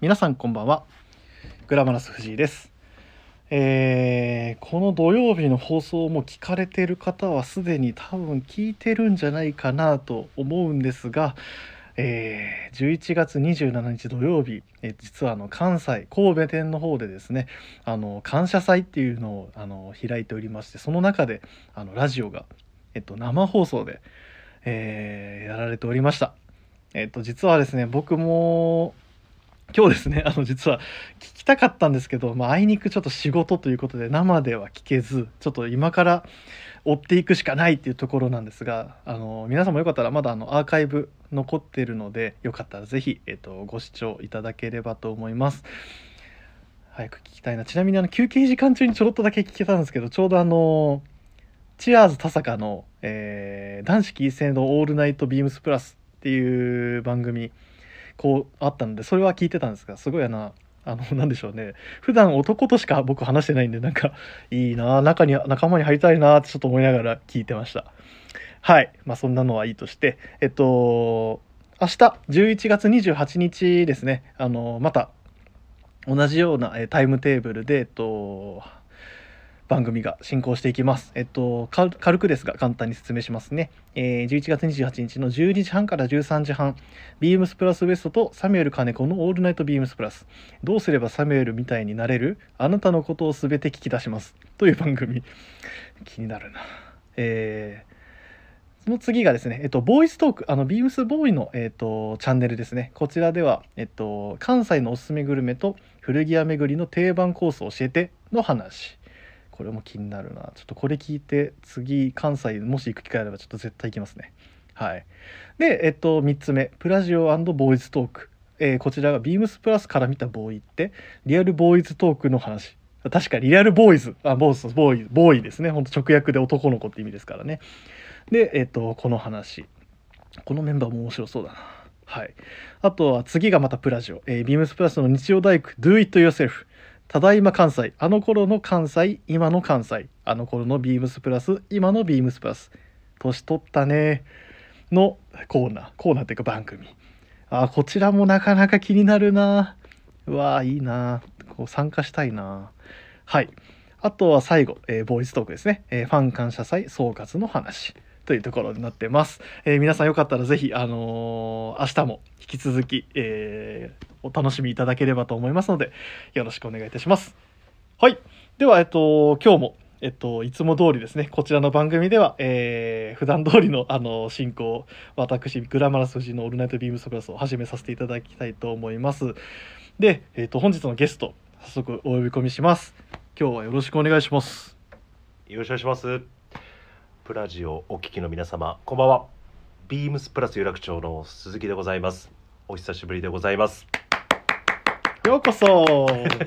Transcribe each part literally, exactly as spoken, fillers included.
皆さんこんばんは。グラマラス藤井です。えーこの土曜日の放送も聞かれている方はすでに多分聞いてるんじゃないかなと思うんですが、えーじゅういちがつにじゅうしちにち土曜日、えー実はあの関西神戸店の方でですね、あの感謝祭っていうのをあの開いておりまして、その中であのラジオが、えっと、生放送で、えーやられておりました。えっと実はですね、僕も今日ですね、あの実は聞きたかったんですけど、まあ、あいにくちょっと仕事ということで生では聞けず、ちょっと今から追っていくしかないっていうところなんですが、あの皆さんもよかったらまだあのアーカイブ残ってるので、よかったらぜひ、えっと、ご視聴いただければと思います。早く聞きたいな。ちなみにあの休憩時間中にちょろっとだけ聞けたんですけど、ちょうどあのチアーズ田坂の、えー男子禁制のオールナイトビームスプラスっていう番組こうあったので、それは聞いてたんですが、すごいあのあのなんでしょうね、普段男としか僕話してないんで、なんかいいな、中に仲間に入りたいなってちょっと思いながら聞いてました。はい、まあそんなのはいいとして、えっと明日じゅういちがつにじゅうはちにちですね、あのまた同じようなえタイムテーブルで、えっと番組が進行していきます。えっと、軽軽くですが簡単に説明しますね。えー、じゅういちがつにじゅうはちにちのじゅうにじはんからじゅうさんじはん、ビームスプラスウエストとサミュエル金子のオールナイトビームスプラス。どうすればサミュエルみたいになれる？あなたのことをすべて聞き出します。という番組。気になるな。えーその次がですね、えっと、ボーイストーク、あの、ビームスボーイの、えっと、チャンネルですね。こちらでは、えっと、関西のおすすめグルメと古着屋巡りの定番コースを教えての話。これも気になるな。ちょっとこれ聞いて、次、関西もし行く機会あれば、ちょっと絶対行きますね。はい。で、えっと、みっつめ、プラジオ&ボーイズトーク。えーこちらがビームスプラスから見たボーイって、リアルボーイズトークの話。確かリアルボーイズ、あ、ボーイズ、ボーイ、ボーイですね。ほんと直訳で男の子って意味ですからね。で、えっと、この話。このメンバーも面白そうだな。はい。あとは次がまたプラジオ。えー、ビームスプラスの日曜大工、Do It Yourself。ただいま関西。あの頃の関西、今の関西。あの頃のビームスプラス、今のビームスプラス。年取ったね。のコーナー。コーナーっていうか番組。あ、こちらもなかなか気になるな。うわー、いいな。こう参加したいな。はい。あとは最後、えーボーイズトークですね。えーファン感謝祭総括の話。というところになってます。えー皆さんよかったらぜひ、あのー明日も引き続き、えーお楽しみいただければと思いますので、よろしくお願いいたします。はい。では、えっと、今日も、えっと、いつも通りですね、こちらの番組では、えー普段通りの、あの、進行、私、グラマラス藤井のオールナイトビームスプラスを始めさせていただきたいと思います。で、えっと、本日のゲスト、早速お呼び込みします。今日はよろしくお願いします。 よろしくお願いします。プラジオお聞きの皆様、こんばんは。ビームスプラス有楽町の鈴木でございます。お久しぶりでございます。 ようこそ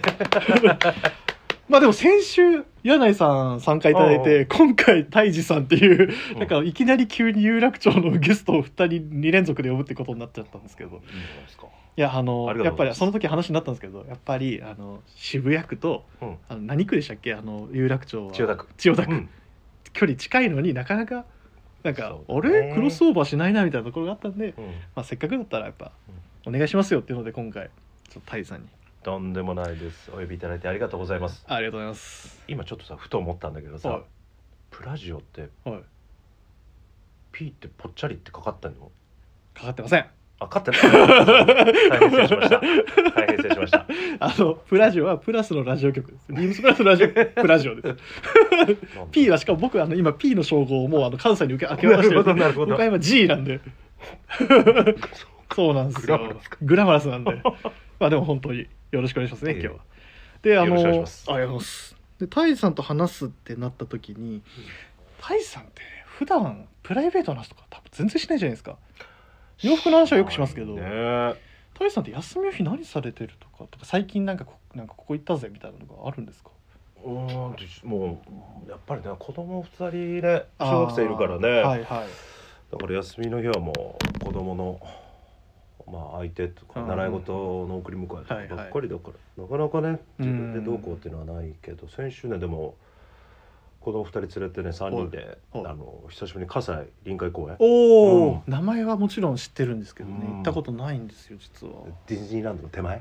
まあでも先週柳井さん参加いただいて、今回泰治さんっていう、 うんなんかいきなり急に有楽町のゲストをふたりに連続で呼ぶってことになっちゃったんですけど、 いいじゃないですか。 いやあのやっぱありがとうございますりその時話になったんですけど、やっぱりあの渋谷区と、 うんあの何区でしたっけ、あの有楽町は千代田区。 千代田区、 うん距離近いのになかなかなんか、 そうだねあれクロスオーバーしないなみたいなところがあったんで、 うんまあ、せっかくだったらやっぱお願いしますよっていうので、今回ちょっと泰治さんにとんでもないです。お呼びいただいてありがとうございます。 ありがとうございます。 今ちょっとさ、ふと思ったんだけどさ、 はいプラジオってはい、 P ってぽっちゃりってかかってんの？ かかってません。 あ、かってない。大変失礼しました。大変失礼しました。 あのプラジオはプラスのラジオ局です。ビームスプラスのラジオプラジオです。P はしかも僕あの今 P の称号をもうあの関西に受け明け渡してるんで、 なるほどなるほど僕は今 G なんでそうなんですよ。グラマラスなんで、まあでも本当によろしくお願いしますね、 いえいえ今日は。で、あのよろしくお願いしますありがとうございます。で、タイさんと話すってなった時に、タイさんって普段プライベートな話とか多分全然しないじゃないですか。洋服の話はよくしますけど、 ね、 タイさんって休みの日何されてるとかとか、最近なんかこなんかここ行ったぜみたいなのがあるんですか？ うーんともうやっぱりね、子供ふたりね、小学生いるからね、 はいはい。 だから休みの日はもう子供のまあ相手とかうん習い事の送り迎えとかばっかりだから、なかなかね自分でどうこうっていうのはないけど、先週ねでも子供ふたり連れてねさんにんで、 はいはいあの久しぶりに葛西臨海公園、 おお、 うん名前はもちろん知ってるんですけどね、 うん行ったことないんですよ実は。 ディズニーランドの手前、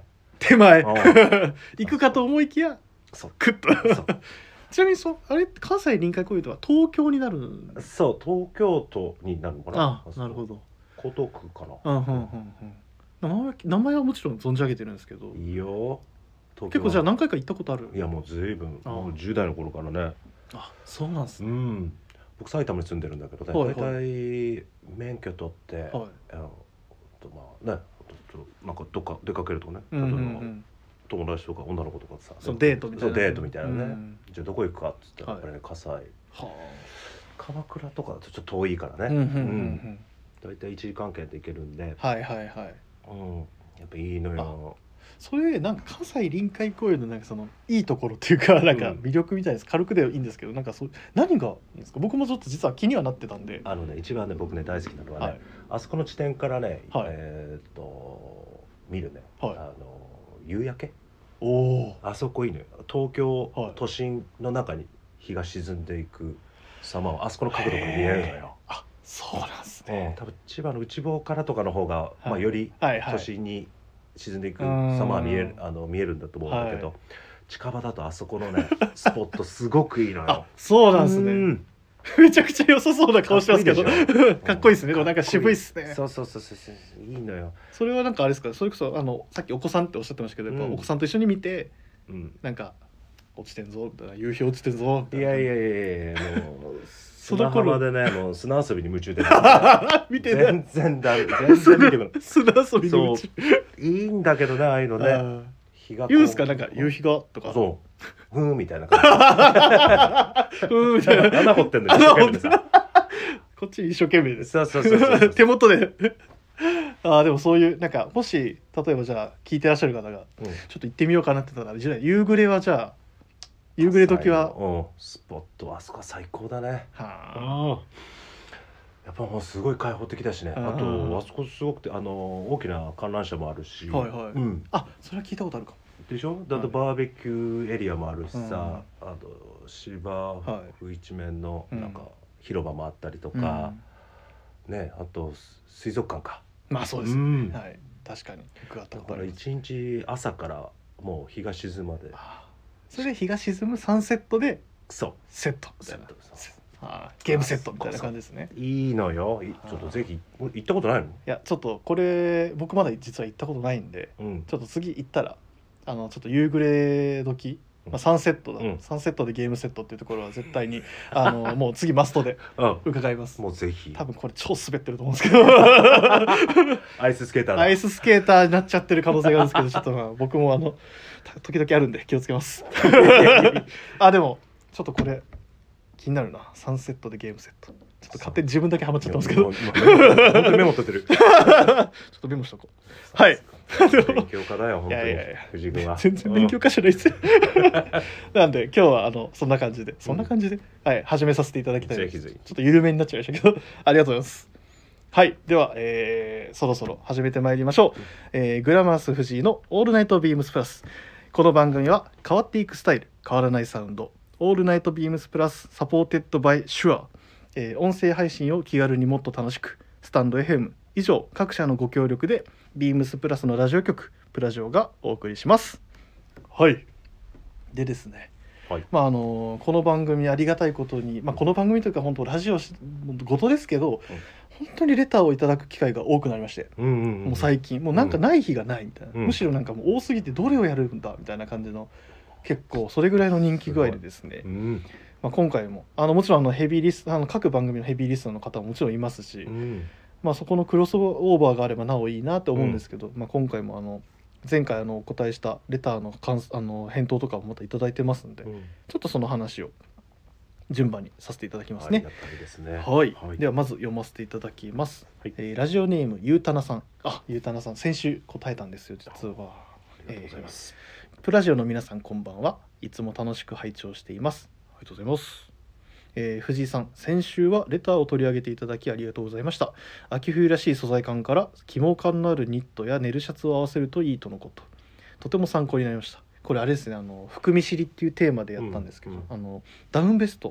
手前うん行くかと思いきやそうクッとそうちなみにそうあれ関西臨海公園とは東京になるんですそう東京都になるのかな。 あなるほど。 江東区かな。 うんうんうんうん名前は名前はもちろん存じ上げてるんですけど、 いいよ東京は結構じゃあ何回か行ったことある。 いやもうずいぶんあもうじゅう代の頃からね。 あそうなんですうね、 ん僕埼玉に住んでるんだけどね、 はいはい大体免許取って、 はいあのとまあねちょっとなんかどっか出かけるとね、 うんうんう例えばん友達とか女の子とかさ、 そのデートみたいなそうデートみたいなね、 うんじゃあどこ行くかっつったらはいやっぱりね葛西、 は鎌倉とかだとちょっと遠いからあうんうんうんうね、 ん大体いちじかん圏で行けるんで、 はいはいはい。 うん、やっぱいいのよ。 それなんか関西臨海公園のなんかそのいいところっていうかなんか魅力みたいです、軽くでいいんですけど、なんかそう何がいいんですか。僕もちょっと実は気にはなってたんで。 あのね一番ね僕ね大好きなのはね、 はいあそこの地点からね、 はいえーっと見るね、 はいあの夕焼け、 おおあそこいいのよ。東京はい都心の中に日が沈んでいく様をあそこの角度から見えるのよ。 あそうなんですうんね、 多分千葉の内房からとかの方が、 いまあ、よりはいはい都心に沈んでいく様は見える、 うんあの見えるんだと思うんだけど、 はい近場だとあそこのねスポットすごくいいのよあ。そうなんですね、 うんめちゃくちゃ良さそうな顔してますけどかっこいいでしょかっこいいですね。でもなんか渋いっすね。 そうそうそうそうそういいのよ。 それはなんかあれですか、それこそあのさっきお子さんっておっしゃってましたけど、やっぱうんお子さんと一緒に見てうんなんか落ちてんぞみたいな、夕日落ちてんぞみたいな。 いやいやいやいやもうその頃砂浜でねもう砂遊びに夢中で見てね全然だ全然見てくる砂遊びに夢中。 いいんだけどねああいうのねあ日がこー言うんすかなんか夕日がとか。 そうふーんみたいな感うんみたいな。 じ穴掘ってんの一生懸命でさこっち一生懸命です。 そうそうそうそう手元で。ああでもそういうなんかもし例えばじゃあ聞いてらっしゃる方がうんちょっと行ってみようかなって言ったら、じゃあ夕暮れはじゃあ夕暮れ時はうんスポットあそこは最高だね。 はやっぱもうすごい開放的だしね。 うんあとあそこすごくてあの大きな観覧車もあるし、 はいはいうん、 あ、あそれは聞いたことあるかも。 でしょ。だってバーベキューエリアもあるしさ、 うんあと芝生一面のうんなんか広場もあったりとか、ね、あと水族館か。 まあそうです、 うんはい確かに僕はあっただかことあります。 ら一日朝からもう日が沈むまで、 あそれで日が沈むサンセットでそセットみたいなセットそうあゲームセットみたいな感じですね。 ういいのよ。いちょっとぜひ行ったことないの？ いやちょっとこれ僕まだ実は行ったことないんで、 うん。 ちょっと次行ったらあのちょっと夕暮れ時、まあ、サンセットだ、 うんサンセットでゲームセットっていうところは絶対にあのもう次マストでうん。 伺います。 もうぜひ。 多分これ超滑ってると思うんですけどアイススケーターだ。 アイススケーターになっちゃってる可能性があるんですけど、ちょっとまあ僕もあのた時々あるんで気をつけますあでもちょっとこれ気になるな。サンセットでゲームセット、ちょっと勝手に自分だけハマっちゃってますけど、ちょいやもう今本当にメモ取ってる。 っとメモしとこう。はい勉強家だよ本当にいやいやいや藤井君は。 全然勉強家じゃないですよなんで今日はあのそんな感じでそんな感じで、はい始めさせていただきたいです。 ぜひぜひちょっと緩めになっちゃいましたけどありがとうございます。はいでは、えーそろそろ始めてまいりましょう、えーグラマラス藤井のオールナイトビームスプラス。この番組は変わっていくスタイル変わらないサウンドオールナイトビームスプラスサポーテッドバイシュア、えー音声配信を気軽にもっと楽しくスタンド エフエム 以上各社のご協力でビームスプラスのラジオ局プラジオがお送りします。はいでですね、 はい。 まああのこの番組ありがたいことに、まあ、この番組というか本当ラジオしごとですけど、本当にレターをいただく機会が多くなりまして、 うんうんうん。 もう最近もうなんかない日がないみたいな、 うんむしろなんかもう多すぎてどれをやるんだみたいな感じの結構それぐらいの人気具合でですね、 うんまあ、今回もあのもちろんあのヘビーリスあの各番組のヘビーリスナーの方ももちろんいますし、 うんまあ、そこのクロスオーバーがあればなおいいなと思うんですけど、まあ、今回もあの前回あのお答えしたレターの感あの返答とかもまたいただいてますんで、 うん。 ちょっとその話を順番にさせていただきますね。 ありがたいですね。 はい、 はい。 ではまず読ませていただきます、 はいえーラジオネームゆうたなさん。あゆうたなさん先週答えたんですよ実は。 ありがとうございます。 プラジオの皆さんこんばんは。いつも楽しく拝聴しています。ありがとうございます。えー藤井さん先週はレターを取り上げていただきありがとうございました。秋冬らしい素材感から起毛感のあるニットやネルシャツを合わせるといいとのこと。とても参考になりました。これあれですねあの含み知りっていうテーマでやったんですけど、 うんうんあのダウンベスト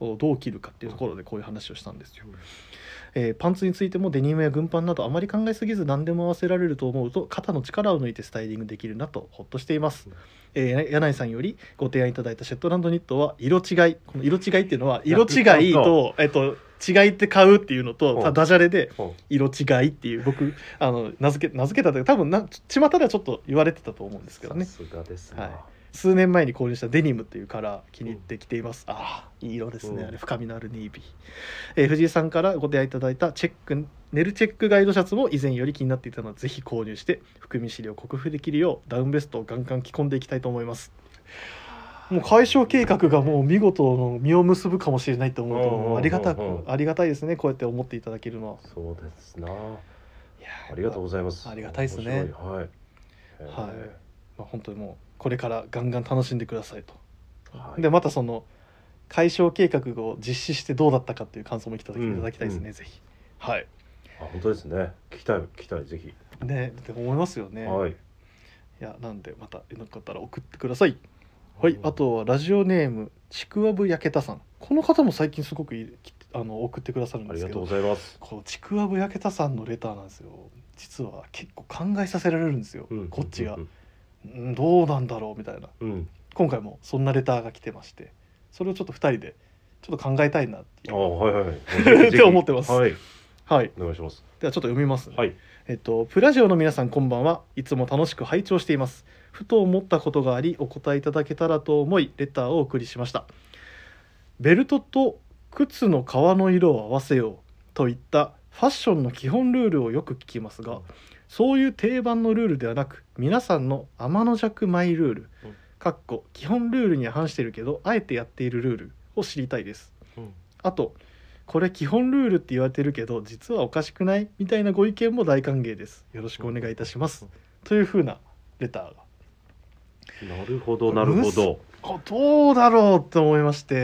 をどう着るかっていうところでこういう話をしたんですよ。えーパンツについてもデニムや軍パンなどあまり考えすぎず何でも合わせられると思うと肩の力を抜いてスタイリングできるなとほっとしています。えー、柳井さんよりご提案いただいたシェットランドニットは色違い、この色違いっていうのは色違いと、えっと、違いって買うっていうのとダジャレで色違いっていう僕あの名付け名付けたというか多分な巷ではちょっと言われてたと思うんですけどね。 さすがですね、 はい、数年前に購入したデニムというカラー気に入ってきています。うん、ああいい色ですね、うん、あれ深みのあるネイビー、えー、藤井さんからご提案いただいたチェックネルチェックガイドシャツも以前より気になっていたのでぜひ購入して含み尻を克服できるようダウンベストをガンガン着込んでいきたいと思います。もう解消計画がもう見事の実を結ぶかもしれないと思うとありがたくありがたいですね。こうやって思っていただけるのは。 そうですな。いやありがとうございます。 ありがたいですね。 はい、はい、 まあ、本当にもうこれからガンガン楽しんでくださいと、はい、でまたその解消計画を実施してどうだったかっていう感想もいただき、うん、いただきたいですね、うん、ぜひ。はい。 あ本当ですね。聞きたい聞きたいぜひ。 ねって思いますよね。 はい。 いやなんでまたよかったら送ってください。はい。あとはラジオネームちくわぶやけたさん。この方も最近すごくいいあの送ってくださるんですけど。 ありがとうございます。 こうちくわぶやけたさんのレターなんですよ。実は結構考えさせられるんですよ。うん、こっちが、うんうん、どうなんだろうみたいな、うん。今回もそんなレターが来てまして、それをちょっとふたりでちょっと考えたいなっていう。あはいはい。って思ってます。はい。はい。 お願いします。 ではちょっと読みますね。 はい。 えっとプラジオの皆さんこんばんは。いつも楽しく拝聴しています。ふと思ったことがありお答えいただけたらと思いレターをお送りしました。ベルトと靴の革の色を合わせようといったファッションの基本ルールをよく聞きますが、そういう定番のルールではなく皆さんの天の弱マイルール、うん、かっこ基本ルールには反しているけどあえてやっているルールを知りたいです。うん、あとこれ基本ルールって言われてるけど実はおかしくないみたいなご意見も大歓迎です。よろしくお願いいたします、うん、というふうなレターが。 なるほどなるほど。 どうだろうって思いまして、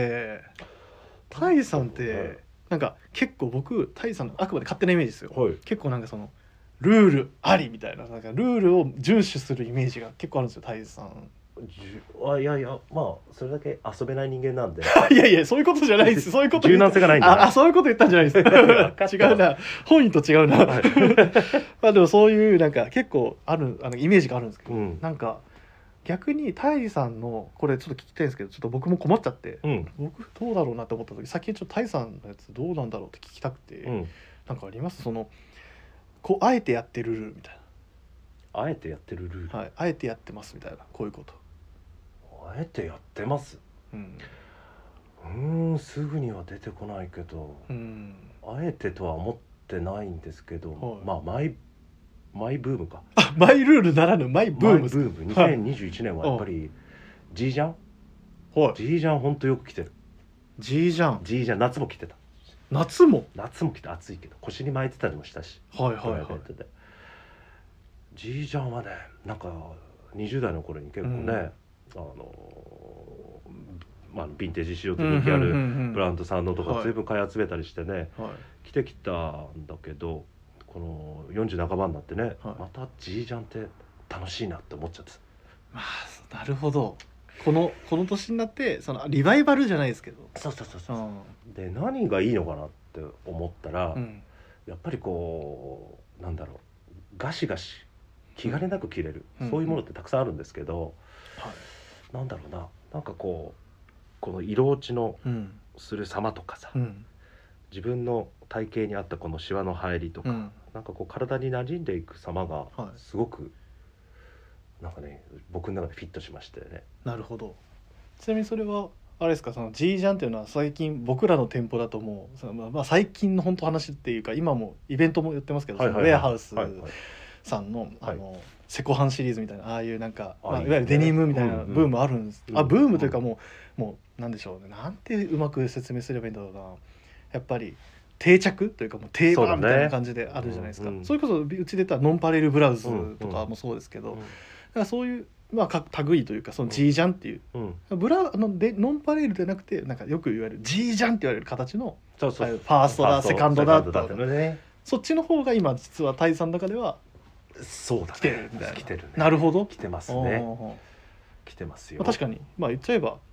タイさんってなんか結構僕タイさんのあくまで勝手なイメージですよ、はい、結構なんかそのルールありみたいな、なんかルールを遵守するイメージが結構あるんですよタイさん。 あいやいやまあそれだけ遊べない人間なんでいやいやそういうことじゃないです。そういうこと柔軟性がないんだ。 ああそういうこと言ったんじゃないです違うな本意と違うな、はい、まあでもそういうなんか結構あるあのイメージがあるんですけど、うん、なんか逆にタイさんのこれちょっと聞きたいんですけどちょっと僕も困っちゃって、うん、僕どうだろうなって思った時先にちょっとタイさんのやつどうなんだろうって聞きたくて、うん、なんかあります？そのこうあえてやってるルールみたいな。あえてやってるルール、 はい、あえてやってますみたいなこういうこと。 あえてやってます。うんうーんすぐには出てこないけど、うん、あえてとは思ってないんですけど、はい、まあマイマイブームか。 あマイルールならぬマイブーム。 マイブームにせんにじゅういちねんはやっぱりジージャン、はい、ジージャンほんとよく着てる。 ジージャンジージャン夏も着てた。 夏も夏も着て暑いけど腰に巻いてたりもしたし、 はいはいはい、 ジージャンはねなんかにじゅう代の頃に結構ね、うん、あのまあヴィンテージ仕様と人気あるブランドさんのとか随分買い集めたりしてね、はい、着てきたんだけどこのよんじゅう半ばになってね、はい、またジージャンって楽しいなって思っちゃって。 まあなるほど。このこの年になってそのリバイバルじゃないですけど、 そうそうそうそう、うん、で何がいいのかなって思ったら、うん、やっぱりこうなんだろうガシガシ気兼ねなく着れる、うん、そういうものってたくさんあるんですけど、うん、なんだろうななんかこうこの色落ちのする様とかさ、うん、自分の体型に合ったこのシワの入りとか、うん、なんかこう体に馴染んでいく様がすごく、はい、なんかね僕の中でフィットしましてね。 なるほど。ちなみにそれはあれですか、その G ジャンっていうのは最近僕らの店舗だともうその、まあ、最近の本当話っていうか今もイベントもやってますけど、はいはいはい、そのウェアハウスさんの、はいはい、あのセコハンシリーズみたいなああいうなんか、まあ、いわゆるデニムみたいなブームあるんです、うんうん、あブームというかもう、もうなんでしょうね、なんてうまく説明すればいいんだろうな、やっぱり定着というかもう定番みたいな感じであるじゃないですか。 そ,、ねうんうん、それこそうちで言ったらノンパレルブラウスとかもそうですけど、うんうん、だからそういうまあ類というかその G ジャンっていう、うん、ブラあのでノンパレルじゃなくてなんかよく言われる G ジャンって言われる形のそうそうファーストだセカンドだとか、ね、そっちの方が今実はタイさんの中ではそうだね、 来てるみたいな。 来てるね。 なるほど。 来てますね。来てますよ。 まあ、確かにまあ言っちゃえば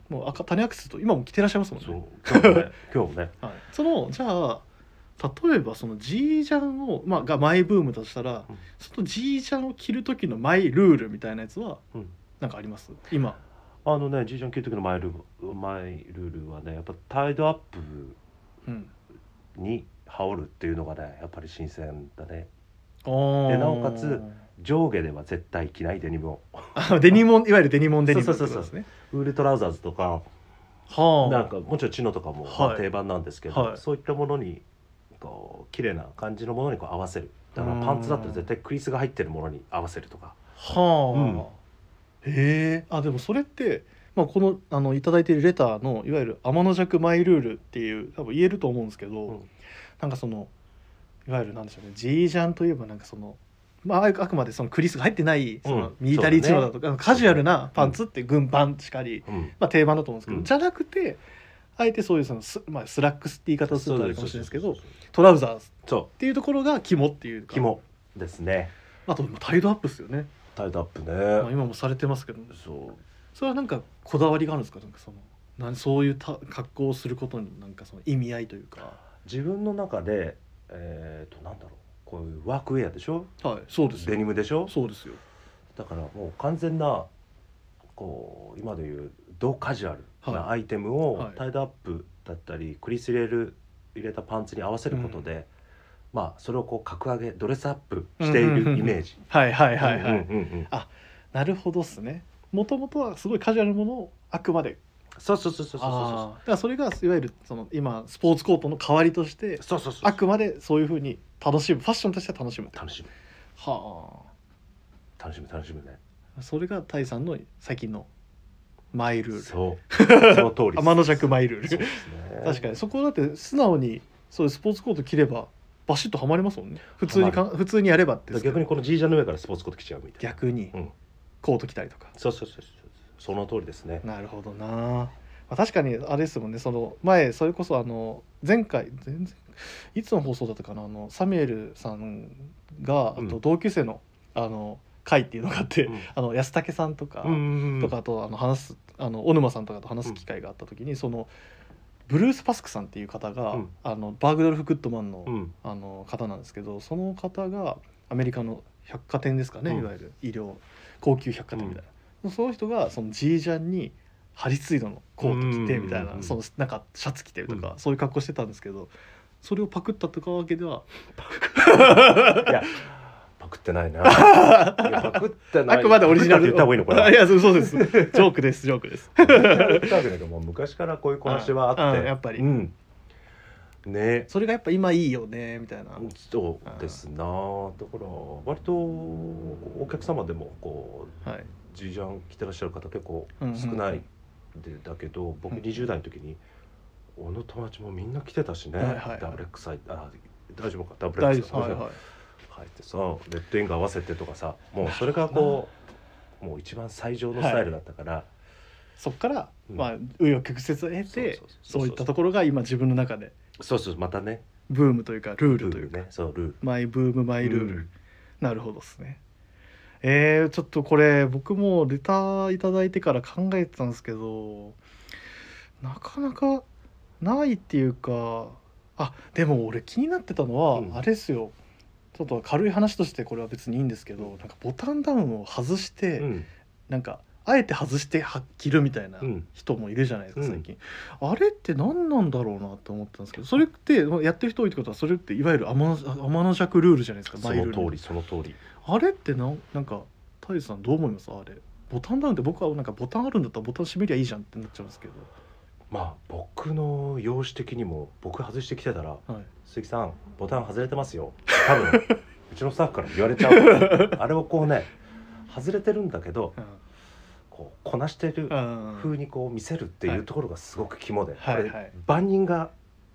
もう赤谷アクセスと今も着てらっしゃいますもんね。 そう今日もね今日もね、 はい、そのじゃあ例えばそのジージャンを、まあ、がマイブームとしたら、うん、そのジージャンを着る時のマイルールみたいなやつは何かあります？今あのねジージャン着る時のマイルールマイルールはねやっぱタイドアップに羽織るっていうのがねやっぱり新鮮だね。でなおかつ上下では絶対着ないデニムをデニムいわゆるデニムデニムってことですね。 ウールトラウザーズとか、はあ、なんかもちろんチノとかも、はいまあ、定番なんですけど、はい、そういったものにこう綺麗な感じのものにこう合わせる。だからパンツだったら絶対クリスが入ってるものに合わせるとか。 はあ、うん、へえ。あでもそれって、まあ、このあのいただいているレターのいわゆる天の弱マイルールっていう多分言えると思うんですけど、うん、なんかそのいわゆるなんでしょうねジージャンといえばなんかそのまあ、あくまでそのクリスが入ってないそのミリタリーチノだとか、うんね、カジュアルなパンツって軍パンしかり、うんまあ、定番だと思うんですけど、うん、じゃなくてあえてそういうその ス,、まあ、スラックスって言い方をするとあるかもしれないですけどトラウザーズっていうところが肝っていうか肝ですね。 あとタイドアップですよね。 タイドアップね、 まあ、今もされてますけど、ね、そうそれはなんかこだわりがあるんですか？なんかそのなんそういうた格好をすることになんかその意味合いというか自分の中でえー、となんだろうこういうワークウェアでしょ、 はい、そうですよ。 デニムでしょ、 そうですよ。 だからもう完全なこう今でいうドカジュアルなアイテムをタイドアップだったりクリス入れる入れたパンツに合わせることで、うん、まあそれをこう格上げドレスアップしているイメージ。 はいはいはいはい。あ、なるほどっすね。もともとはすごいカジュアルなものをあくまでそうそうそうそうそうそうだからそれがいわゆるその今スポーツコートの代わりとしてそうそうそうあくまでそういう風に楽しむファッションとしては楽しむ楽しむはあ楽しむ楽しむね。 それがタイさんの最近のマイルール。 そうその通り天の弱マイルール。そうですね。確かにそこだって素直にそういうスポーツコート着ればバシッとはまりますもんね。普通にか普通にやればって。 逆にこの G ジャンの上からスポーツコート着ちゃうみたいな。 逆に、うん、コート着たりとか。 そうそうそうそうその通りですね。 なるほどな。まあ、確かにあれですもんね。その前それこそあの前回全然いつの放送だったかなあのサミュエルさんがあと同級生の、うん、あの会っていうのがあって、うん、あの安武さんとか、うんうんうん、とかとあの話すあの小沼さんとかと話す機会があった時に、うん、そのブルース・パスクさんっていう方が、うん、あのバーグドルフ・グッドマンの、うん、あの方なんですけどその方がアメリカの百貨店ですかね、うん、いわゆる医療高級百貨店みたいな、うん、その人がその G ジャンにハリツイドのコート着てみたいな、うん、そのなんかシャツ着てとか、うん、そういう格好してたんですけどそれをパクったとかわけではいやパクってないな。いやパクってない。 あくまでオリジナルって言った方がいいのかな。 いやそうです。ジョークですジョークです。 もう昔からこういう小話はあって、 やっぱり、 うん、ね。 それがやっぱ今いいよねみたいな。 そうですな。だから割とお客様でもこう、はい、G ジャン着てらっしゃる方結構少ないで、だけど僕にじゅう代の時に、うん、俺の友達もみんな着てたしね。はいはいはい、ダブル X あ大丈夫かダブル X はいはい。入ってさレッドイング合わせてとかさもうそれがこうもう一番最上のスタイルだったから、はい、 そっから、うん、まあ紆余曲折を経てそういったところが今自分の中でそうそうまたねブームというかルールというか、 ね、そうルールマイブームマイルール、うん、なるほどですね。えー、ちょっとこれ僕もレターいただいてから考えてたんですけどなかなかないっていうかあでも俺気になってたのは、うん、あれですよちょっと軽い話としてこれは別にいいんですけど、うん、なんかボタンダウンを外して、うん、なんかあえて外して着るみたいな人もいるじゃないですか、うん、最近あれって何なんだろうなって思ったんですけどそれってやってる人多いってことはそれっていわゆる天の弱ルールじゃないですか。 その通りその通り。 あれってななんかタイさんどう思います？あれボタンダウンって僕はなんかボタンあるんだったらボタン閉めりゃいいじゃんってなっちゃうんですけどまあ僕の容姿的にも僕外してきてたら、はい、鈴木さんボタン外れてますよ多分うちのスタッフから言われちゃうあれをこうね外れてるんだけど、うん、こうこなしてる風にこう見せるっていうところがすごく肝で、はい、これ万人が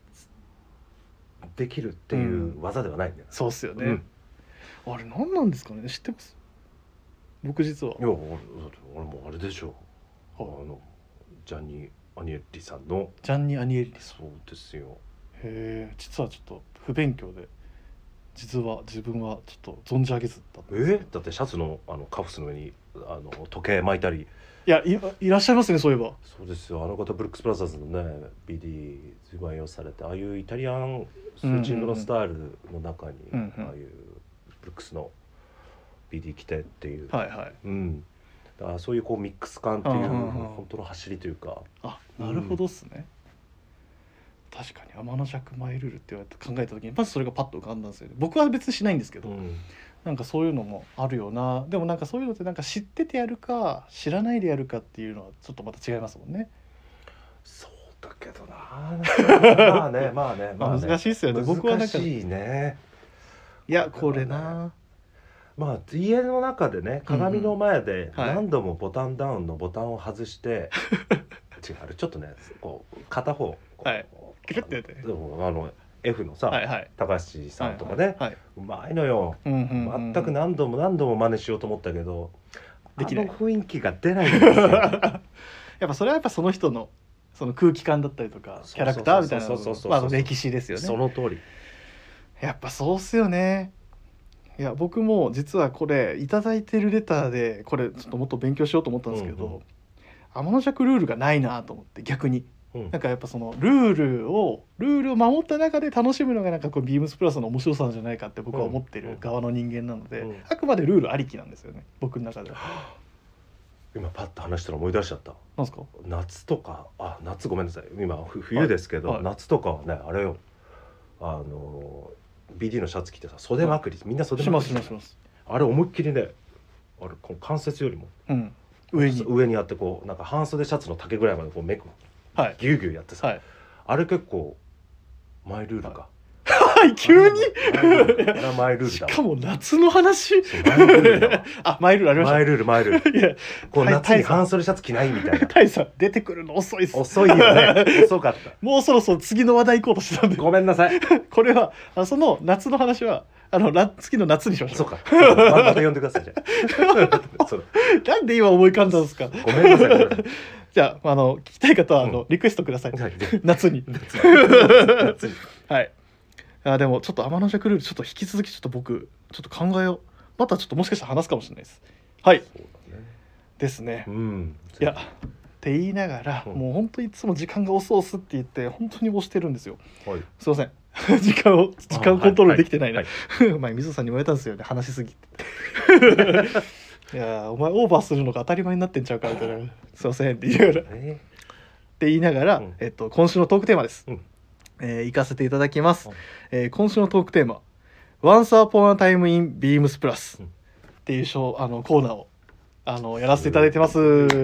できるっていう技ではないんだよ、 うん、そうっすよね、うん、あれ何なんですかね知ってます？僕実はいや俺もあれでしょう、はい、あのジャンニー・アニエッリさんのジャンニー・アニエッリそうですよ。 へえ実はちょっと不勉強で実は自分はちょっと存じ上げずだったんですえだってシャツのあのカフスの上にあの時計巻いたり。 いや い, いらっしゃいますね、そういえば。 そうですよ、あの方ブルックスブラザーズのね ビーディー 随分愛用されて、ああいうイタリアンスーチングのスタイルの中に、 うんうんうん、 ああいうブルックスの ビーディー 着てっていう、 はいはい、 うん、だからそういうこうミックス感っていう、 うんうんうん、 本当の走りというか。 あ、なるほどっすね、うん、確かに天の弱マイルールって言われて考えた時にまずそれがパッと浮かんだんですよね。僕は別にしないんですけど、うん、なんかそういうのもあるよな。でもなんかそういうのってなんか知っててやるか知らないでやるかっていうのはちょっとまた違いますもんね。 そうだけどなまあねまあねまあね難しいですよね。僕はなんか難しいね。 いやこれな、 まあ家の中でね鏡の前で何度もボタンダウンのボタンを外して、うんはい、違うちょっとねこう片方こう、 はい、キュッてやってあの F のさ、はいはい、高橋さんとかね、はいはい、うまいのよ、うんうんうん、全く何度も何度も真似しようと思ったけどできない、あの雰囲気が出ないんですよやっぱそれはやっぱその人のその空気感だったりとかキャラクターみたいなの歴史ですよね。 その通り。 やっぱそうっすよね。いや僕も実はこれいただいてるレターでこれちょっともっと勉強しようと思ったんですけど、うんうん、天の弱ルールがないなと思って、逆に、うん、なんかやっぱそのルールをルールを守った中で楽しむのがなんかこうビームスプラスの面白さなんじゃないかって僕は思ってる側の人間なので、うんうん、あくまでルールありきなんですよね、僕の中では。 今パッと話したら思い出しちゃった。 なんすか？ 夏とか、あ、夏ごめんなさい、今冬ですけど、はいはい、夏とかはねあれよ、あの ビーディー のシャツ着てさ袖まくり、はい、みんな袖まくりしますしますあれ思いっきりね、あれこの関節よりも、うん、上に上にあってこうなんか半袖シャツの丈ぐらいまでこうめく、はい、ギューギューやってさ、はい、あれ結構マイルールか、 はい、急にマイルールだ。しかも夏の話。マイルールだあ、マイルールありました。 マイルールマイルール。いや、こう夏に半袖シャツ着ないみたいな。 タイさん出てくるの遅いっす。 遅いよね。遅かった。 もうそろそろ次の話題行こうとしてたんで。 ごめんなさい。 これはあその夏の話はあの次の夏にしましょう。 そうか。また呼んでくださいじゃあ。なんで今思い浮かんだんですか。 ごめんなさい。 じゃあ、あの聞きたい方はあの、うん、リクエストください。夏に。夏に。はい。あでもちょっと天の弱ルールちょっと引き続きちょっと僕ちょっと考えよう。またちょっともしかしたら話すかもしれないです。はい。そうだね。ですね。うん。いやって言いながら、うん、もう本当にいつも時間が遅押すって言って本当に押してるんですよ。はい、すいません。時間を時間コントロールできてないな。はいはい、前水さんに言われたんですよね、話しすぎて。いやお前オーバーするのが当たり前になってんちゃうかみたいな。すいませんって言いながら。えー、って言いながら、うん、えっと今週のトークテーマです。うんえー、行かせていただきます、えー、今週のトークテーマ Once Upon a Time in Beams Plus っていうショーあのコーナーをあのやらせていただいてます。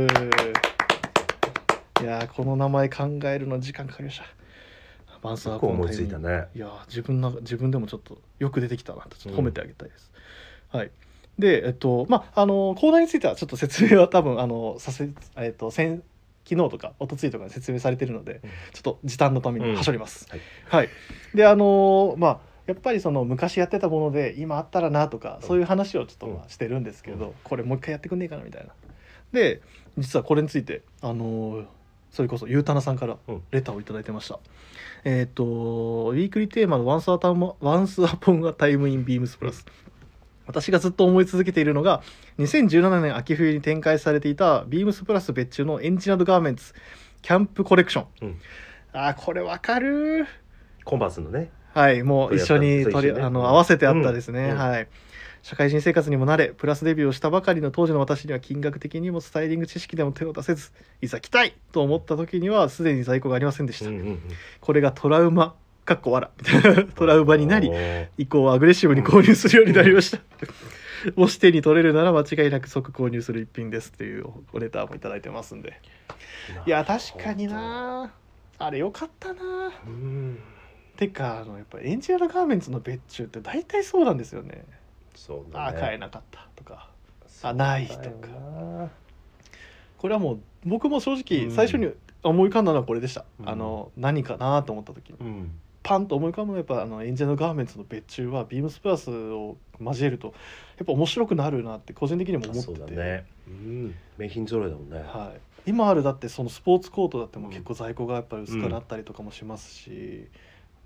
いやこの名前考えるの時間かかりました。 Once Upon a Time 思いついたね。 いや自分の自分でもちょっとよく出てきたなとちょっと褒めてあげたいです、うん、はい。でえっとまああのコーナーについてはちょっと説明は多分あのさせえっと先昨日とか一昨日とかに説明されているので、うん、ちょっと時短のためにはしょります、うんはい、はい。であのー、まあやっぱりその昔やってたもので今あったらなとか、うん、そういう話をちょっとまあしてるんですけど、うん、これもう一回やってくんねえかなみたいな。で実はこれについてあのー、それこそゆうたなさんからレターをいただいてました、うん、えっ、ー、とウィークリーテーマの Once Upon a Time in Beams Plus、私がずっと思い続けているのがにせんじゅうななねん秋冬に展開されていたビームスプラス別注のエンジニアードガーメンツキャンプコレクション、うん、あこれわかる。 コンバースのね、 はいもう一緒に取り、ね、あの合わせてあったですね、うんうん、はい。社会人生活にも慣れプラスデビューをしたばかりの当時の私には金額的にもスタイリング知識でも手を出せず、いざ来たいと思った時にはすでに在庫がありませんでした、うんうんうん、これがトラウマかっこわらみたいなトラウマになり以降アグレッシブに購入するようになりました、うん、もし手に取れるなら間違いなく即購入する一品ですっていうレターもいただいてますんで、いや確かになあれよかったな。うんてかあのやっぱエンジニアードガーメンツの別注って大体そうなんですよね。 そうだね、 あ買えなかったとかあないとか、これはもう僕も正直最初に思い浮かんだのはこれでした、うん、あの何かなと思った時に、うん、パンと思い浮かぶのはやっぱあのエンジニアードガーメンツの別注はビームスプラスを交えるとやっぱ面白くなるなって個人的にも思ってて、 そうだね、うん、名品揃いだもんね、 はい、今あるだってそのスポーツコートだっても結構在庫がやっぱり薄くなったりとかもしますし、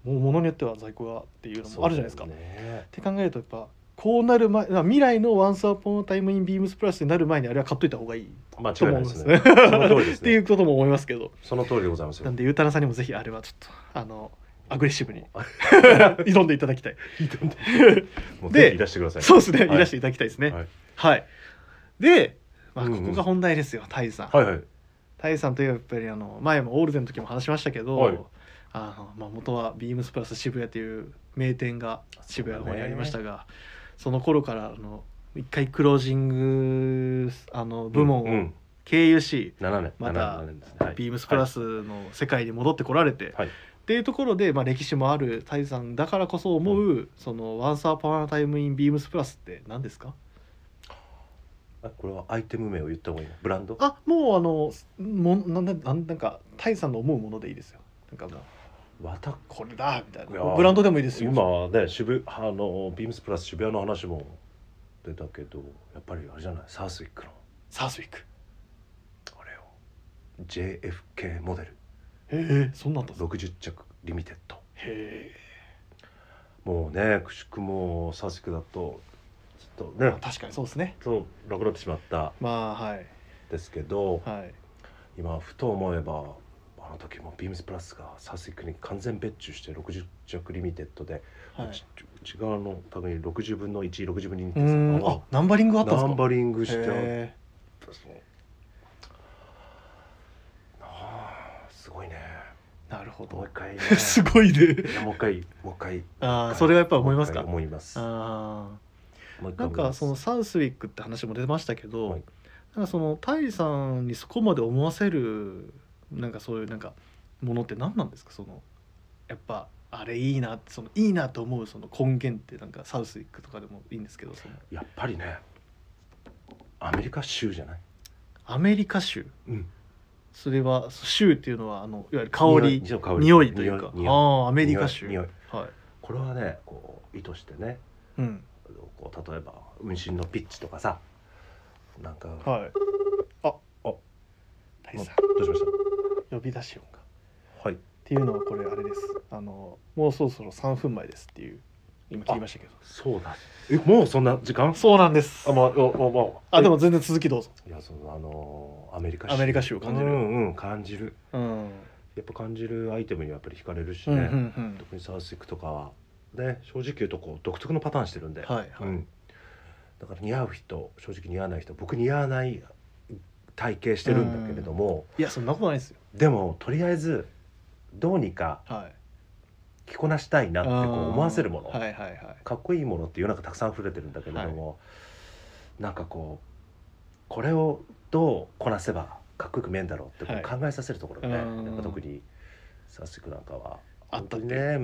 もう物によっては在庫がっていうのもあるじゃないですか。 ね、 って考えるとやっぱこうなる前、未来の Once Upon a Time in Beams Plus になる前にあれは買っといた方がいい間違いと思ないいですますね。 ね。その通りですね。 っていうことも思いますけど。 その通りでございますよ。 なんでゆうたなさんにもぜひあれはちょっとあのアグレッシブに挑んでいただきたい。 挑んでもうぜひいらしてください。 そうですね、 はい、 いらしていただきたいですね。 はい。 はい、で、まあ、 うんうん、 ここが本題ですよ、タイさん。 はいはい。 タイさんといえばやっぱりあの前もオールデンの時も話しましたけど、 はい、 あのまあ、元はビームスプラス渋谷という名店が渋谷の方にありましたが、その頃からあの一回クロージングあの部門を経由し、 うんうん、ななねんまたななねんですね、はい、 ビームスプラスの世界に戻ってこられて、はい、っていうところで、まあ、歴史もあるタイさんだからこそ思う、うん、その Once Upon a Time in Beams Plus って何ですか？ あ、これはアイテム名を言った方がいいの？ブランド？ あ、もうあのもなんなんなんかタイさんの思うものでいいですよ。なんかもうわたこれだみたいな、ブランドでもいいですよ。 今ね、渋あのビームスプラス渋谷の話も出たけど、やっぱりあれじゃない、サウスウィックのサウスウィックあれを ジェイエフケー モデル、 へえ、そんなんだ。 ろくじゅっちゃくリミテッド。 へえ。 もうね、くしくもサウスウィックだとちょっとね、まあ、 確かにそうですね、 そうなくなってしまったまあはいですけど、 はい、 今ふと思えばあの時もビームスプラスがサウスウィックに完全別注してろくじゅっちゃくリミテッドで、はい、内側の多分ろくじゅうぶんのいち、ろくじゅうぶんのにってあ、ナンバリングあったんですか？ ナンバリングしてああ、すごいね。 なるほど。 もう一回、ね、 すごいね。 もう一回もう一回ああ、それはやっぱ思いますか？ 思います。 ああ、なんかそのサウスウィックって話も出ましたけど、はい、なんかそのタイさんにそこまで思わせるなんかそういうなんかものって何なんですか？そのやっぱあれいいな、そのいいなと思うその根源ってなんかサウスウィックとかでもいいんですけど、そのやっぱりね、アメリカ州じゃない？ アメリカ州、 うん、 それは州っていうのはあのいわゆる香り、 匂いというか、ああ、アメリカ州、 匂い、はい、これはね、こう意図してね、うん、こう例えば運針のピッチとかさ、なんか、 はい、あ、あ、大さん、 どうしました？ 呼び出し音が、 はい、 っていうのはこれあれです。あのもうそろそろさんぷんまえですっていう今切りましたけど。 そうだ。え、もうそんな時間？ そうなんです。 あ、まあ、まあ、まあ、 あ、でも全然続きどうぞ。 いや、そのあのアメリカ州、アメリカ州を感じる。 うんうん、感じる。 うん。 やっぱ感じるアイテムにはやっぱり惹かれるしね。うんうんうん、特にサウスウィックとかはね、正直言うとこう独特のパターンしてるんで。 はいはい。うん、 だから似合う人、正直似合わない人、僕似合わない体型してるんだけれども。 いや、そんなことないですよ。 でもとりあえずどうにか。はい。着こなしたいなってこう思わせるもの、はいはいはい、かっこいいものって世の中たくさん溢れてるんだけれども、はい、なんかこうこれをどうこなせばかっこよく見えるんだろうってこう考えさせるところがね、はい、やっぱ特にサウスウィックなんかはあったね、 うん、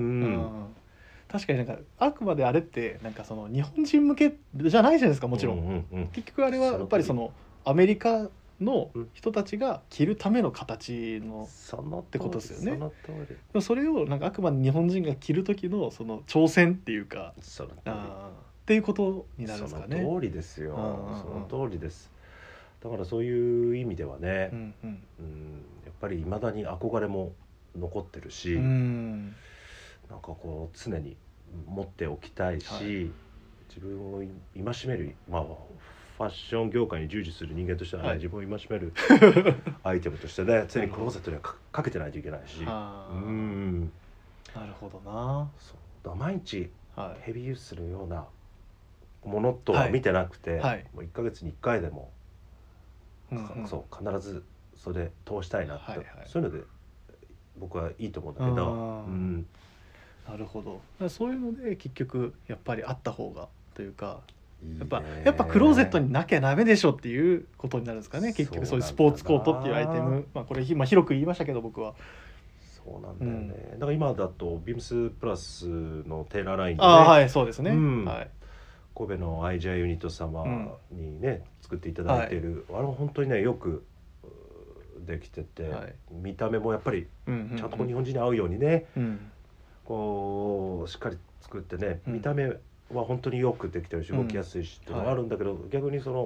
確かになんかあくまであれってなんかその日本人向けじゃないじゃないですか、もちろん、うんうんうん、結局あれはやっぱりそのアメリカの人たちが着るための形のってことですよね。 その通り。 でもそれをなんかあくまで日本人が着る時のその挑戦っていうか、 そのあっていうことになるんですかね。 その通りですよ。その通りです。だからそういう意味ではね、うんうん、うん、やっぱり未だに憧れも残ってるし、うん、なんかこう常に持っておきたいし、はい、自分を戒める、まあファッション業界に従事する人間としては、ね、はい、自分を戒めるアイテムとしてね、常にクローゼットには か, かけてないといけないし、うん、 なるほどな。 そうだ、毎日ヘビーユースするようなものとは見てなくて、はいはい、もういっかげつにいっかいでも、うんうん、そう必ずそれ通したいなって、はいはい、そういうので僕はいいと思うんだけど、うん、 なるほど。そういうので結局やっぱりあった方がというか、やっぱやっぱクローゼットになきゃダメでしょっていうことになるんですかね。結局そういうスポーツコートっていうアイテム、まあこれ、まあ、広く言いましたけど僕はそうなんだよね、うん、だから今だとビームスプラスのテーラーラインで、 ね、あ、はいそうですね、うん、はい、 神戸のアイジャーユニット様にね、うん、作っていただいている、はい、あれも本当にねよくできてて、はい、見た目もやっぱりちゃんと日本人に合うようにね、うん、こうしっかり作ってね、うん、見た目は本当によくできてるし動きやすいしっていうのがあるんだけど、うん、逆にその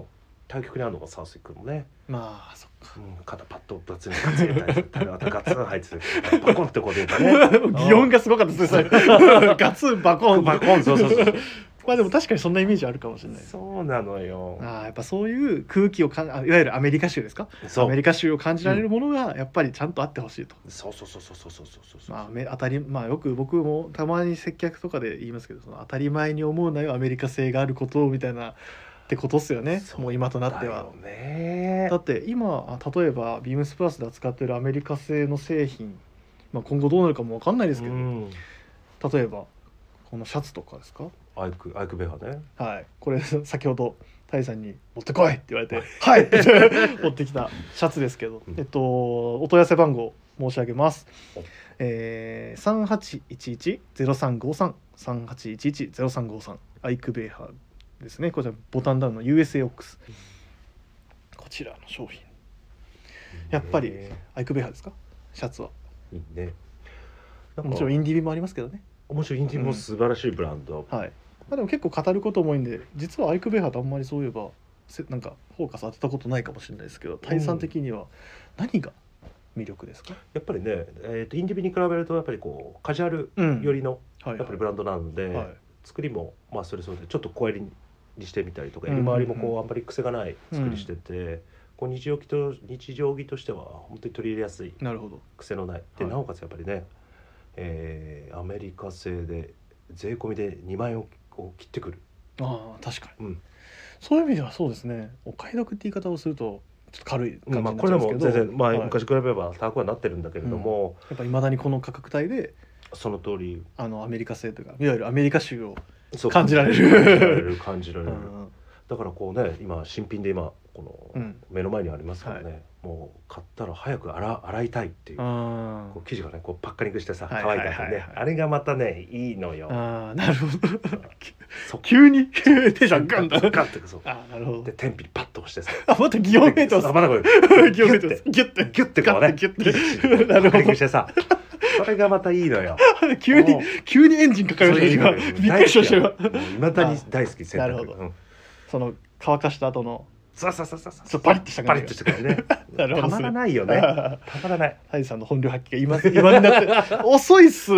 対極にあるのがサウスイックもね、 まあそっか、 うん、肩パッとバツンガツン入れたりするあとガツン入ってバコンってこう出たね擬音がすごかったですねガツンバコンバコンそうそうそうまあでも確かにそんなイメージあるかもしれない。 そうなのよ。 あやっぱそういう空気をかんいわゆるアメリカ州ですか、アメリカ州を感じられるものがやっぱりちゃんとあってほしいと、 うん、そうそうそうそうそうそうそうそう、 まあ、当たりまあよく僕もたまに接客とかで言いますけど、その当たり前に思うなよアメリカ製があることみたいなってことっすよね、もう今となっては。 だよね。 だって今例えばビームスプラスで扱ってるアメリカ製の製品、まあ、今後どうなるかも分かんないですけど、うん、例えばこのシャツとかですか、 アイクアイクベハね、 はい、これ先ほどタイさんに持ってこいって言われてはい持ってきたシャツですけど、うん、えっとお問い合わせ番号申し上げます、えー、さんはちいちいち ゼロさんごさん さんはちいちいち ゼロさんごさん アイクベハですね。こちらボタンダウンの ユーエスエーオックス、うん、こちらの商品やっぱりアイクベハですか、シャツは。 いいね。 もちろんインディビもありますけどね。 面白いインディビも素晴らしいブランド、 うん、はい。まあ、でも結構語ること多いんで、実はアイクベハってあんまりそういえばなんかフォーカス当てたことないかもしれないですけど、タイさん的には何が魅力ですか？ やっぱりね、えー、とインディビに比べるとやっぱりこうカジュアル寄りのやっぱりブランドなので、うんはいはい、作りもまあそれそれでちょっと小襟にしてみたりとか、襟周りもこうあんまり癖がない作りしてて、うん、こう日常着と日常着としては本当に取り入れやすい、 なるほど、 癖のないで、はい、なおかつやっぱりね、えー、アメリカ製で税込みでにまんえんを切ってくる。 ああ確かに、うん、そういう意味ではそうですね、お買い得って言い方をするとちょっと軽い感じになっちゃうんですけど、まあ、これでも全然、まあ、昔比べれば高くはなってるんだけれども、うん、やっぱり未だにこの価格帯でその通りあのアメリカ製というかいわゆるアメリカ州を感じられる感じられる感じられる、うん、だからこうね今新品で今この目の前にありますからね、うんはい、もう買ったら早く洗、洗いたいっていう、こう生地がねこうパッカリングしてさ乾いたんでね、はいはいはいはい、あれがまたねいいのよ。 あなるほど急にテンションガンだガンってそうあなるほど。 でテンピにパッと押してさあまた擬音メイトまだこれ擬音メイトギュッてギュッてこうねギュッてなるほどしてさそれがまたいいのよ急に急にエンジンかかりました今びっくりしましたよ。 未だに大好き洗濯。 なるほど、うん、その乾かした後のそうそうそうそうそうパリッとした感じパリッとした感じねなるほど、 たまらないよねたまらない。 タイさんの本領発揮が今今になって遅いっす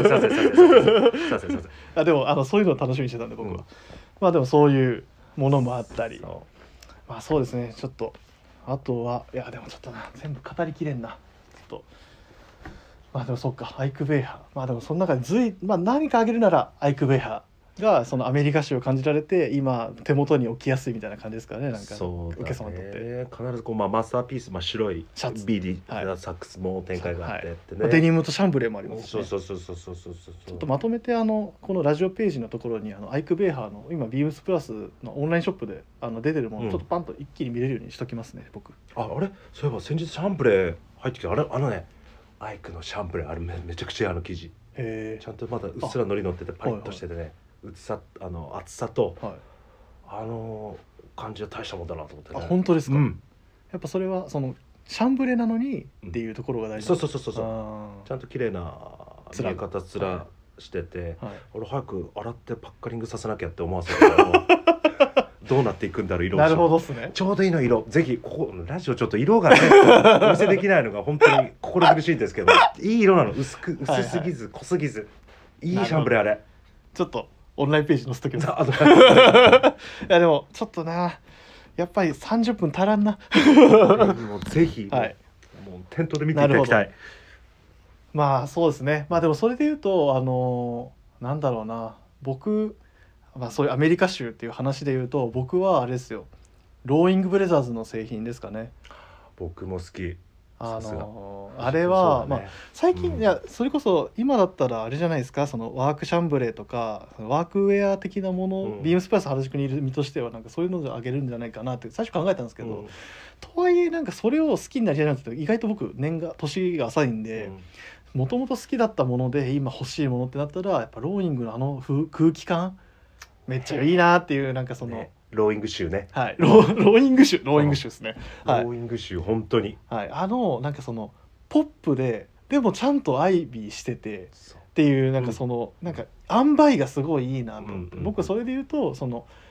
あでもあのそういうのを楽しみにしてたんで僕は、うん、まあでもそういうものもあったり、まあそうですね、ちょっとあとはいやでもちょっとな全部語りきれんなちょっと。まあでもそっかアイクベイハー、まあでもその中で随、まあ、何かあげるならアイクベイハーがそのアメリカ州を感じられて今手元に置きやすいみたいな感じですかね。なんかそうだね、 受け様にとって必ずこう、まあ、マスターピース、まあ、白いシャツビーディー、はい、サックスも展開があってってね、 はい、デニムとシャンブレーもありますし、 ね、そうそうそうそうそうそうそう。 ちょっとまとめてあのこのラジオページのところにあのアイクベイハーの今ビームスプラスのオンラインショップであの出てるものをちょっとパンと一気に見れるようにしときますね、うん、僕。 ああれそういえば先日シャンブレー入ってきてあれあのねアイクのシャンブレーあれ め, めちゃくちゃあの生地へちゃんとまだうっすらのり乗っててパリッとしててね、薄さあの厚さと、はい、あの感じは大したもんだなと思ってね。 あ本当ですか、 うん、 やっぱそれはそのシャンブレなのにっていうところが大事、 うん、そうそうそうそうちゃんと綺麗な見え方つらしてて、はいはい、俺早く洗ってパッカリングさせなきゃって思わせたけどどうなっていくんだろう色なるほどっすね。 ちょうどいいの色ぜひここラジオちょっと色がねお見せできないのが本当に心苦しいんですけどいい色なの薄く薄すぎず、はいはい、濃すぎずいいシャンブレあれちょっとオンラインページ載せときますいやでもちょっとなやっぱりさんじゅっぷん足らんなもうぜひ、はい、もう店頭で見ていただきたい。 まあそうですね。まあでもそれで言うとあのなんだろうな僕、まあ、そういうアメリカ州っていう話で言うと僕はあれですよローイングブレザーズの製品ですかね。 僕も好き。 あのあれは、ねまあ、最近、うん、いやそれこそ今だったらあれじゃないですかそのワークシャンブレーとかワークウェア的なもの、うん、ビームスプラス原宿にいる身としてはなんかそういうのであげるんじゃないかなって最初考えたんですけど、うん、とはいえなんかそれを好きになりたいなって意外と僕年が年が浅いんでもともと好きだったもので今欲しいものってなったらやっぱローイングのあの空気感めっちゃいいなっていうなんかその、ねローイング臭ね。 はい、ロー、ローイング臭、ローイング臭ですね。はい、 ローイング臭本当に。 はい、あのなんかそのポップででもちゃんとアイビーしててっていうなんかその、うん、なんか塩梅がすごいいいなと思って、うんうんうん、僕それで言うとその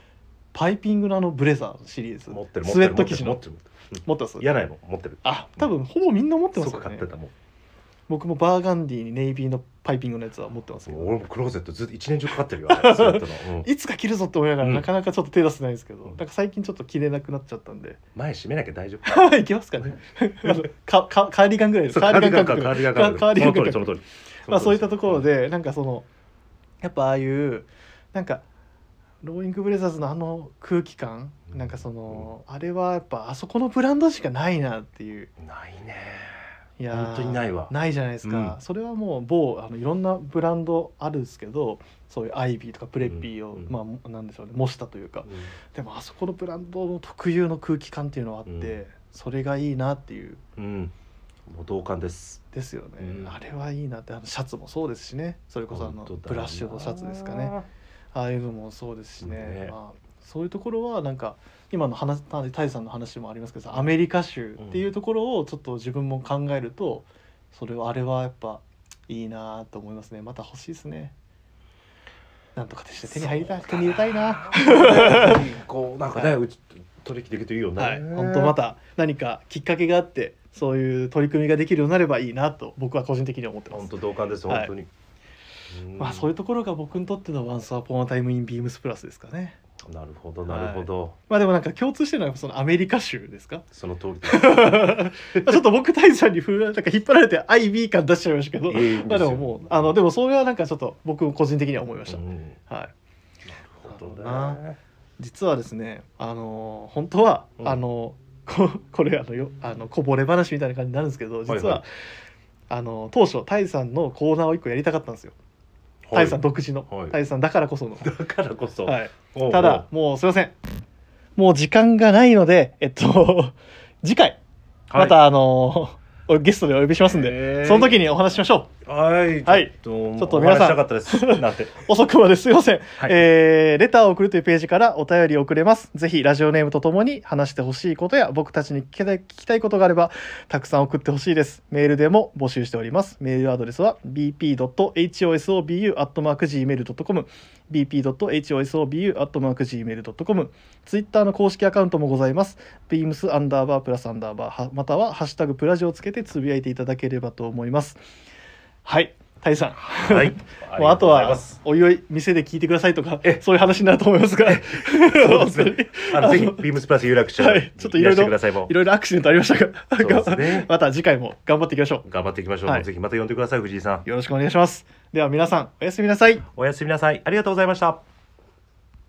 パイピングのあのブレザーシリーズ持ってるスウェット生地の持ってる持ってる持ってます。 嫌ないもん持ってる。 あ、多分ほぼみんな持ってますよね。 そう買ってたもん。 僕もバーガンディにネイビーのパイピングのやつは持ってますけど、 俺もクローゼットずっと一年中かかってるよ、あれスウェットの、うん、 いつか着るぞって思いながら、 うんなかなかちょっと手出せないんですけど、 うんなんか最近ちょっと着れなくなっちゃったんで前閉めなきゃ大丈夫。 いけますかねかかカーディガンぐらいです。 そうカーディガンかカーディガンかカーディガンかその通りその通り。 まあそういったところでなんかそのやっぱああいうなんかローイングブレザーズのあの空気感、なんかその、うん、あれはやっぱあそこのブランドしかないなっていう。 ないね。 いや本当にないわ。 ないじゃないですか、うん、それはもう某あのいろんなブランドあるんですけど、そういうアイビーとかプレッピーを、うん、まあなんでしょうね、模したというか、うん、でもあそこのブランドの特有の空気感っていうのはあって、うん、それがいいなっていう、 うん、もう同感ですですよね、 うん、 あれはいいなって。あのシャツもそうですしね、それこそあのブラッシュのシャツですかね、ああいうのもそうですしね、ね、まあ、そういうところはなんか今の話タイさんの話もありますけど、アメリカ州っていうところをちょっと自分も考えると、それはあれはやっぱいいなと思いますね。また欲しいですね。なんとかでして手に入りたい、手に入れたいなこうなんかね、はい、取引できるといいよね、 はい、本当また何かきっかけがあってそういう取り組みができるようになればいいなと僕は個人的に思ってます。 本当同感です、本当に、はい、 まあそういうところが僕にとってのOnce Upon a Time in Beams Plusですかね。 なるほどなるほど、はい、 まあでもなんか共通してるのはそのアメリカ州ですか。 その通りですちょっと僕タイさんになんか引っ張られて アイビー 感出しちゃいましたけど、まあでももうあのでもそれはなんかちょっと僕個人的には思いました、うん、はい。 なるほどね。 実はですね、あの本当は、うん、あの こ, これあのよあのこぼれ話みたいな感じになるんですけど、実は、はいはい、あの当初タイさんのコーナーをいっこやりたかったんですよ。タイさん独自の、はい、タイさんだからこそのだからこそ、 はい、ただもうすいません、もう時間がないので、えっと次回また、はい、あのゲストでお呼びしますんで、その時にお話ししましょう。 はい、 はい、ちょっと皆さん遅くまですいません、はい、えー、レターを送るというページからお便りを送れます。ぜひラジオネームとともに話してほしいことや僕たちに聞きたい、聞きたいことがあればたくさん送ってほしいです。メールでも募集しております。メールアドレスは ビーピードットホソブアットマークジーメールドットコム ビーピードットホソブアットマークジーメールドットコム。 ツイッターの公式アカウントもございます。 beams アンダーバープラスアンダーバーまたはハッシュタグプラジをつけてつぶやいていただければと思います。はい、タイさん、はい、もうあとはおいおい店で聞いてくださいとかそういう話になると思いますが、 そうですね、あのぜひビームスプラス有楽町、はい、 ちょっといろいろいろいろアクシデントありましたが、ね、また次回も頑張っていきましょう。 頑張っていきましょう、はい、ぜひまた呼んでください藤井さん。 よろしくお願いします。では皆さんおやすみなさい。 おやすみなさい。ありがとうございました。